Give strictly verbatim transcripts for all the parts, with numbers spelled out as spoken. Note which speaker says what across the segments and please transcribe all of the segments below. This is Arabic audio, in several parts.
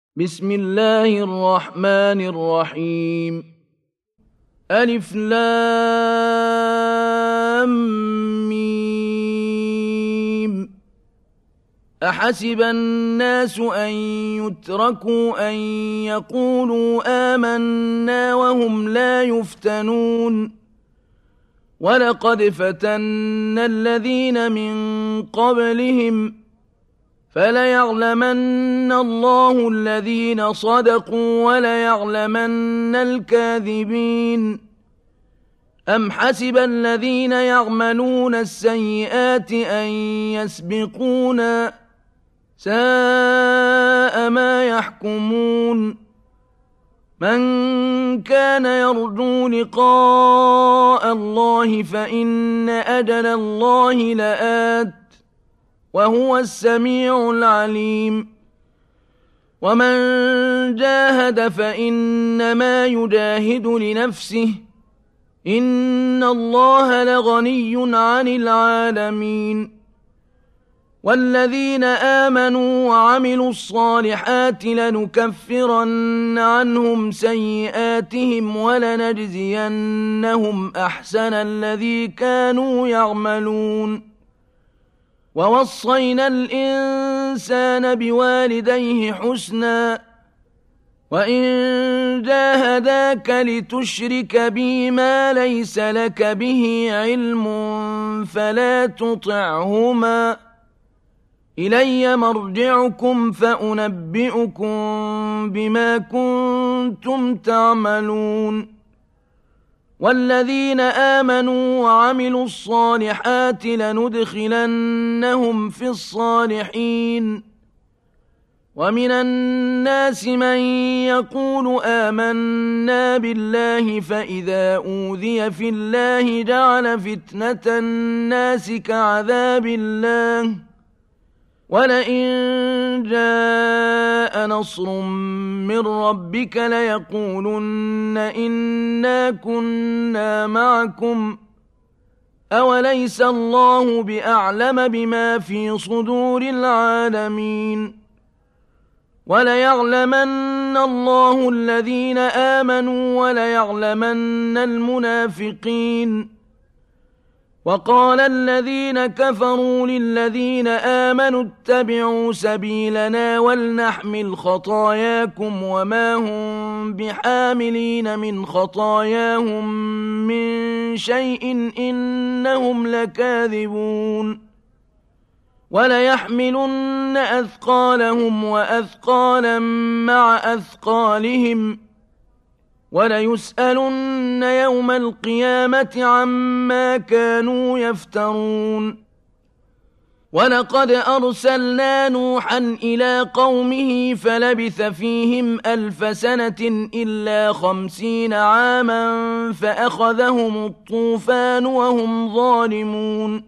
Speaker 1: بسم الله الرحمن الرحيم ألف لام ميم أحسب الناس أن يتركوا أن يقولوا آمنا وهم لا يفتنون ولقد فتنا الذين من قبلهم فليعلمن الله الذين صدقوا وليعلمن الكاذبين أم حسب الذين يعملون السيئات أن يسبقونا ساء ما يحكمون من كان يرجو لقاء الله فإن أجل الله لآت وهو السميع العليم ومن جاهد فإنما يجاهد لنفسه إن الله لغني عن العالمين والذين آمنوا وعملوا الصالحات لنكفرن عنهم سيئاتهم ولنجزينهم أحسن الذي كانوا يعملون ووصينا الإنسان بوالديه حسنا وإن جاهداك لتشرك بي ما ليس لك به علم فلا تطعهما إلي مرجعكم فأنبئكم بما كنتم تعملون والذين آمنوا وعملوا الصالحات لندخلنهم في الصالحين ومن الناس من يقول آمنا بالله فإذا أوذي في الله جعل فتنة الناس كعذاب الله ولئن جاء نصر من ربك ليقولن إنا كنا معكم أوليس الله بأعلم بما في صدور العالمين وليعلمن الله الذين آمنوا وليعلمن المنافقين وقال الذين كفروا للذين آمنوا اتبعوا سبيلنا ولنحمل خطاياكم وما هم بحاملين من خطاياهم من شيء إنهم لكاذبون وليحملن أثقالهم وأثقالا مع أثقالهم وليسألن يوم القيامة عما كانوا يفترون ولقد أرسلنا نوحا إلى قومه فلبث فيهم ألف سنة إلا خمسين عاما فأخذهم الطوفان وهم ظالمون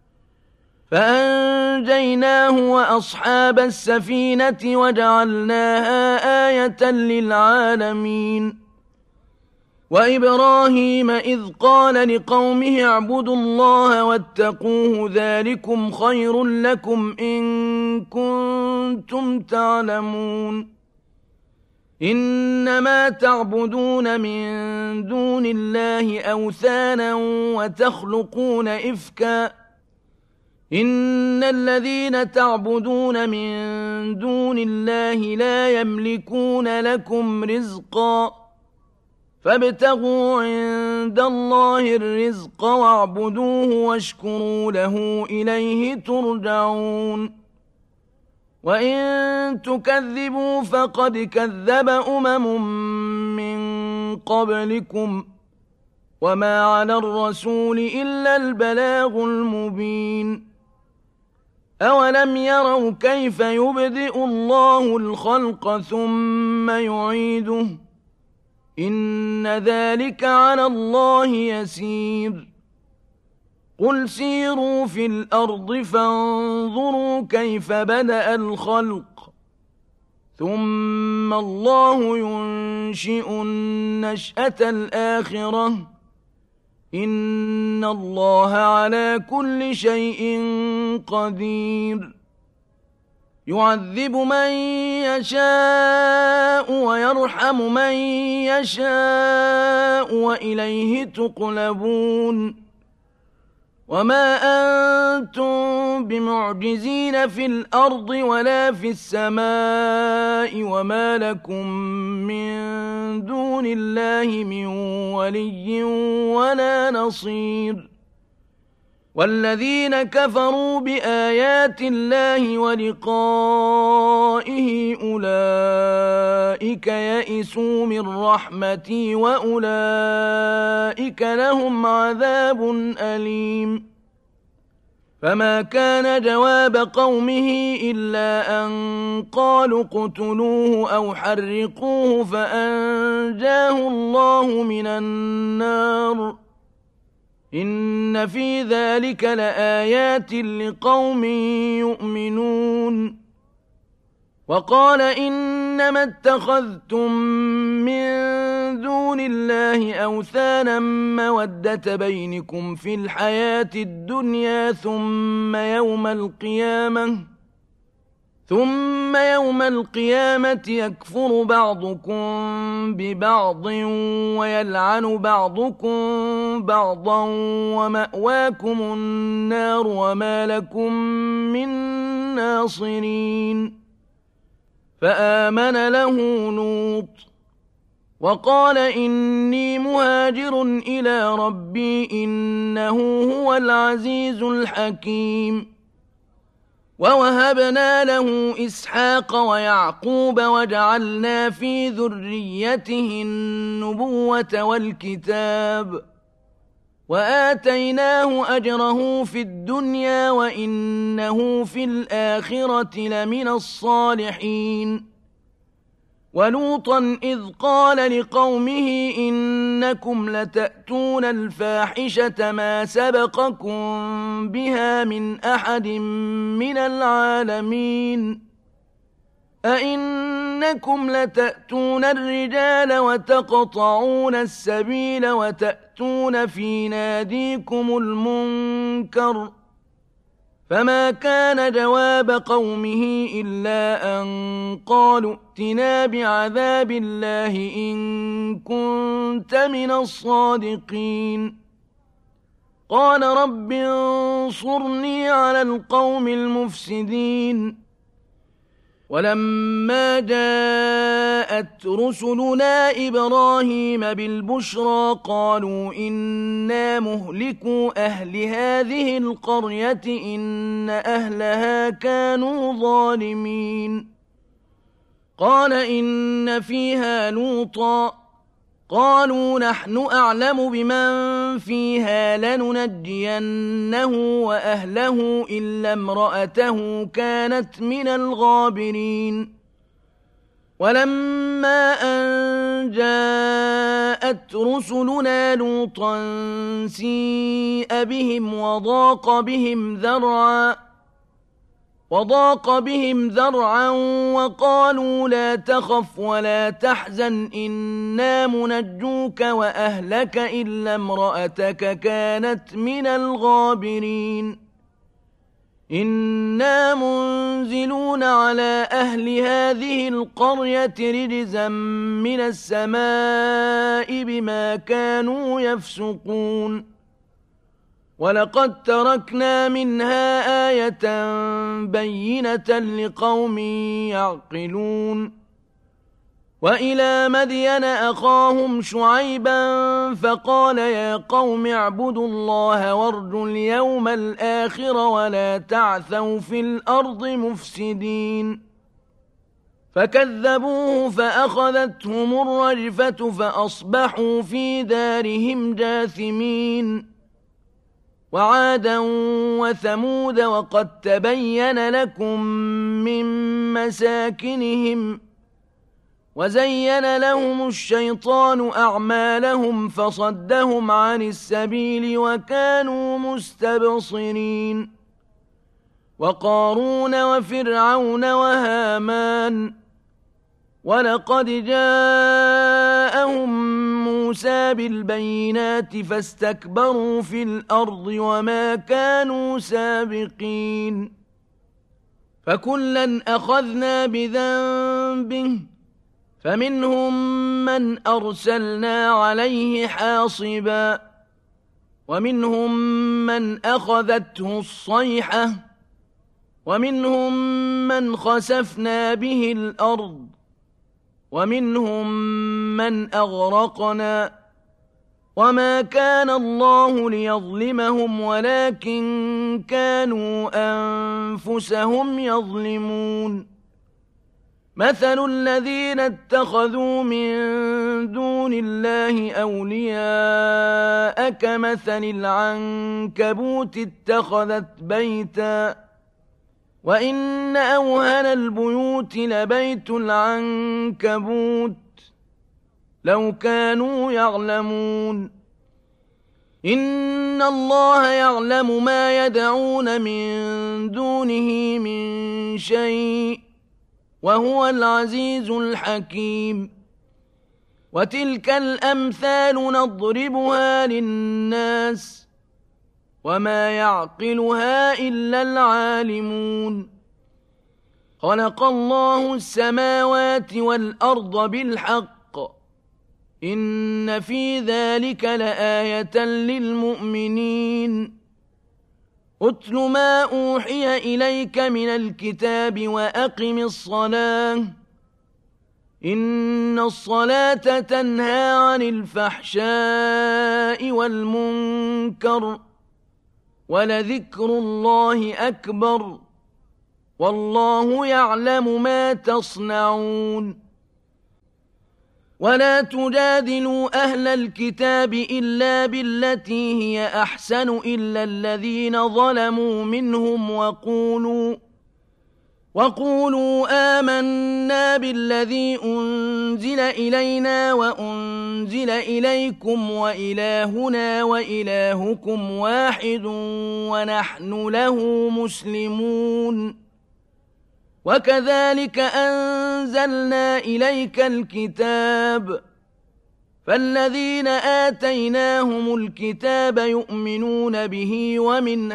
Speaker 1: فأنجيناه وأصحاب السفينة وجعلناها آية للعالمين وإبراهيم إذ قال لقومه اعبدوا الله واتقوه ذلكم خير لكم إن كنتم تعلمون إنما تعبدون من دون الله أوثانا وتخلقون إفكا إن الذين تعبدون من دون الله لا يملكون لكم رزقا فابتغوا عند الله الرزق واعبدوه واشكروا له إليه ترجعون وإن تكذبوا فقد كذب أمم من قبلكم وما على الرسول إلا البلاغ المبين أولم يروا كيف يبدئ الله الخلق ثم يعيده إن ذلك على الله يسير قل سيروا في الأرض فانظروا كيف بدأ الخلق ثم الله ينشئ النشأة الآخرة إن الله على كل شيء قدير يعذب من يشاء ويرحم من يشاء وإليه تقلبون وما أنتم بمعجزين في الأرض ولا في السماء وما لكم من دون الله من ولي ولا نصير والذين كفروا بآيات الله ولقائه أولئك يئسوا من رحمتي وأولئك لهم عذاب أليم فما كان جواب قومه إلا أن قالوا اقتلوه أو حرقوه فأنجاه الله من النار إن في ذلك لآيات لقوم يؤمنون وقال إنما اتخذتم من دون الله أوثانا مودة بينكم في الحياة الدنيا ثم يوم القيامة ثم يوم القيامة يكفر بعضكم ببعض ويلعن بعضكم بعضا ومأواكم النار وما لكم من ناصرين فآمن له لوط وقال إني مهاجر إلى ربي إنه هو العزيز الحكيم ووهبنا له إسحاق ويعقوب وجعلنا في ذريته النبوة والكتاب وآتيناه أجره في الدنيا وإنه في الآخرة لمن الصالحين ولوطا إذ قال لقومه إنكم لتأتون الفاحشة ما سبقكم بها من أحد من العالمين أئنكم لتأتون الرجال وتقطعون السبيل وتأتون في ناديكم المنكر فما كان جواب قومه إلا أن قالوا ائتنا بعذاب الله إن كنت من الصادقين قال رب انصرني على القوم المفسدين ولما جاءت رسلنا إبراهيم بالبشرى قالوا إنا مهلكوا أهل هذه القرية إن أهلها كانوا ظالمين قال إن فيها لوطا قالوا نحن أعلم بمن فيها لننجينه وأهله إلا امرأته كانت من الغابرين ولما أن جاءت رسلنا لوطا سيء بهم وضاق بهم ذرعا وضاق بهم ذرعا وقالوا لا تخف ولا تحزن إنا منجوك وأهلك إلا امرأتك كانت من الغابرين إنا منزلون على أهل هذه القرية رجزا من السماء بما كانوا يفسقون ولقد تركنا منها آية بينة لقوم يعقلون وإلى مدين أخاهم شعيبا فقال يا قوم اعبدوا الله وارجوا اليوم الآخر ولا تعثوا في الأرض مفسدين فكذبوه فأخذتهم الرجفة فأصبحوا في دارهم جاثمين وعادا وثمود وقد تبين لكم من مساكنهم وزين لهم الشيطان أعمالهم فصدهم عن السبيل وكانوا مستبصرين وقارون وفرعون وهامان ولقد جاءهم موسى بالبينات فاستكبروا في الأرض وما كانوا سابقين فكلا أخذنا بذنبه فمنهم من أرسلنا عليه حاصبا ومنهم من أخذته الصيحة ومنهم من خسفنا به الأرض ومنهم من أغرقنا وما كان الله ليظلمهم ولكن كانوا أنفسهم يظلمون مثل الذين اتخذوا من دون الله أولياء كمثل العنكبوت اتخذت بيتا وإن أوهن البيوت لبيت العنكبوت لو كانوا يعلمون إن الله يعلم ما يدعون من دونه من شيء وهو العزيز الحكيم وتلك الأمثال نضربها للناس وما يعقلها إلا العالمون خلق الله السماوات والأرض بالحق إن في ذلك لآية للمؤمنين أتل ما أوحي إليك من الكتاب وأقم الصلاة إن الصلاة تنهى عن الفحشاء والمنكر ولذكر الله أكبر والله يعلم ما تصنعون ولا تجادلوا أهل الكتاب إلا بالتي هي أحسن إلا الذين ظلموا منهم وقولوا وقولوا آمنا بالذي أنزل إلينا وأنزل إليكم وإلهنا وإلهكم واحد ونحن له مسلمون وكذلك أنزلنا إليك الكتاب فالذين آتيناهم الكتاب يؤمنون به ومن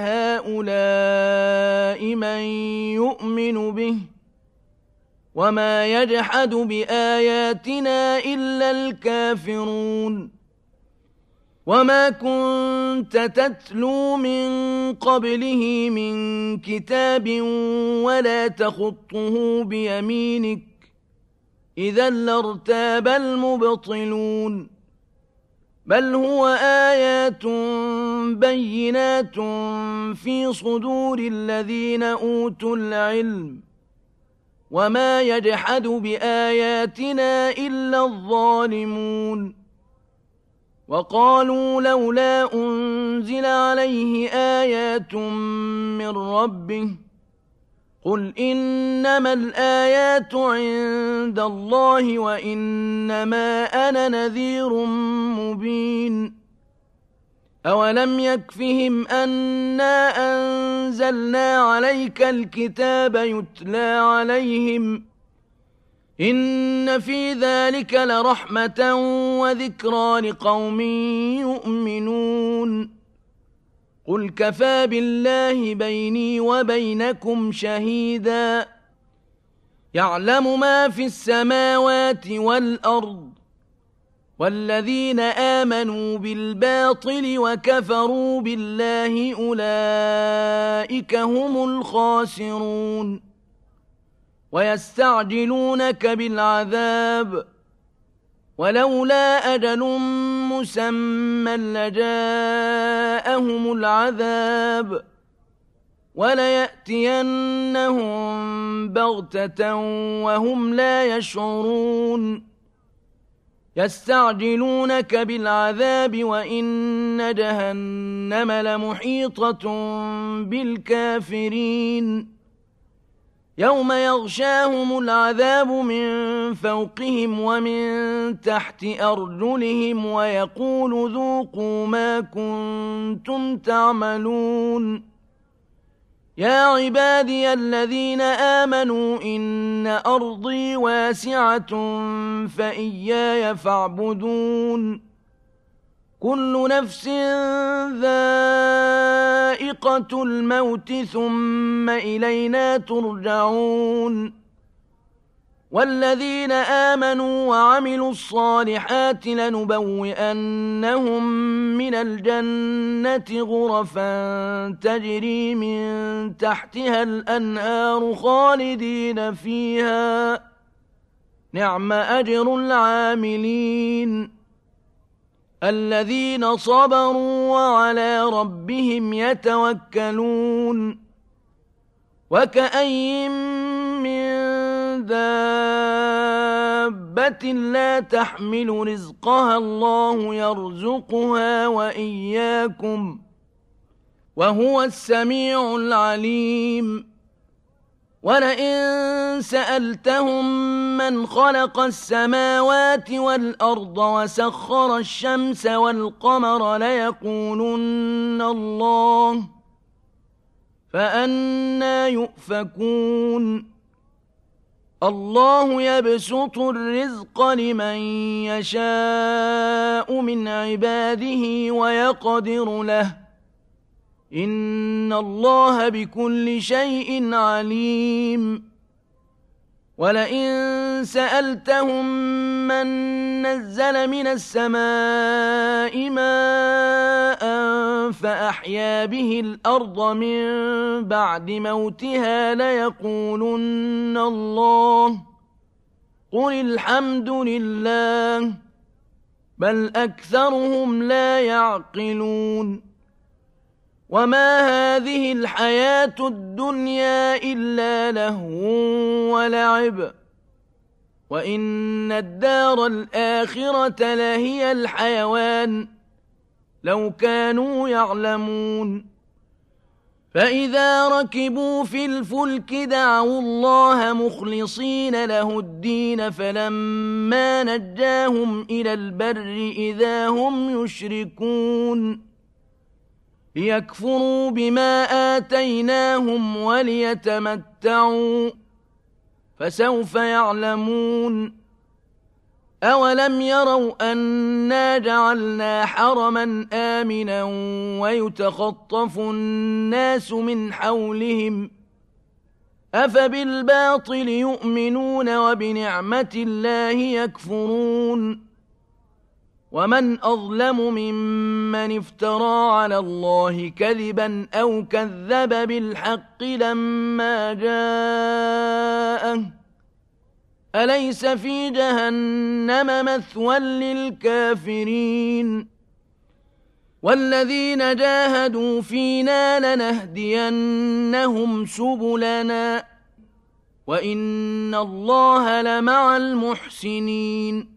Speaker 1: هؤلاء من يؤمن به وما يجحد بآياتنا إلا الكافرون وما كنت تتلو من قبله من كتاب ولا تخطه بيمينك إذا لارتاب المبطلون بل هو آيات بينات في صدور الذين أوتوا العلم وما يجحد بآياتنا إلا الظالمون وقالوا لولا أنزل عليه آيات من ربه قل إنما الآيات عند الله وإنما أنا نذير مبين أولم يكفهم أنا أنزلنا عليك الكتاب يتلى عليهم إن في ذلك لرحمة وذكرى لقوم يؤمنون قل كفى بالله بيني وبينكم شهيدا يعلم ما في السماوات والأرض والذين آمنوا بالباطل وكفروا بالله أولئك هم الخاسرون ويستعجلونك بالعذاب ولولا أجل مسمى لجاءهم العذاب وليأتينهم بغتة وهم لا يشعرون يستعجلونك بالعذاب وإن جهنم لمحيطة بالكافرين يوم يغشاهم العذاب من فوقهم ومن تحت أرجلهم ويقول ذوقوا ما كنتم تعملون يا عبادي الذين آمنوا إن أرضي واسعة فإياي فاعبدون كل نفس ذائقة الموت ثم إلينا ترجعون والذين آمنوا وعملوا الصالحات لنبوئنهم من الجنة غرفا تجري من تحتها الأنهار خالدين فيها نعم أجر العاملين الذين صبروا وعلى ربهم يتوكلون وكأين من دابة لا تحمل رزقها الله يرزقها وإياكم وهو السميع العليم ولئن سألتهم من خلق السماوات والأرض وسخر الشمس والقمر ليقولن الله فأنى يؤفكون الله يبسط الرزق لمن يشاء من عباده ويقدر له إن الله بكل شيء عليم ولئن سألتهم من نزل من السماء ماء فأحيا به الأرض من بعد موتها ليقولن الله قل الحمد لله بل أكثرهم لا يعقلون وما هذه الحياة الدنيا إلا لهو ولعب وإن الدار الآخرة لهي الحيوان لو كانوا يعلمون فإذا ركبوا في الفلك دعوا الله مخلصين له الدين فلما نجاهم إلى البر إذا هم يشركون ليكفروا بما آتيناهم وليتمتعوا فسوف يعلمون أولم يروا أنا جعلنا حرما آمنا ويتخطف الناس من حولهم أفبالباطل يؤمنون وبنعمة الله يكفرون ومن أظلم ممن افترى على الله كذبا أو كذب بالحق لما جاءه أليس في جهنم مثوى للكافرين والذين جاهدوا فينا لنهدينهم سبلنا وإن الله لمع المحسنين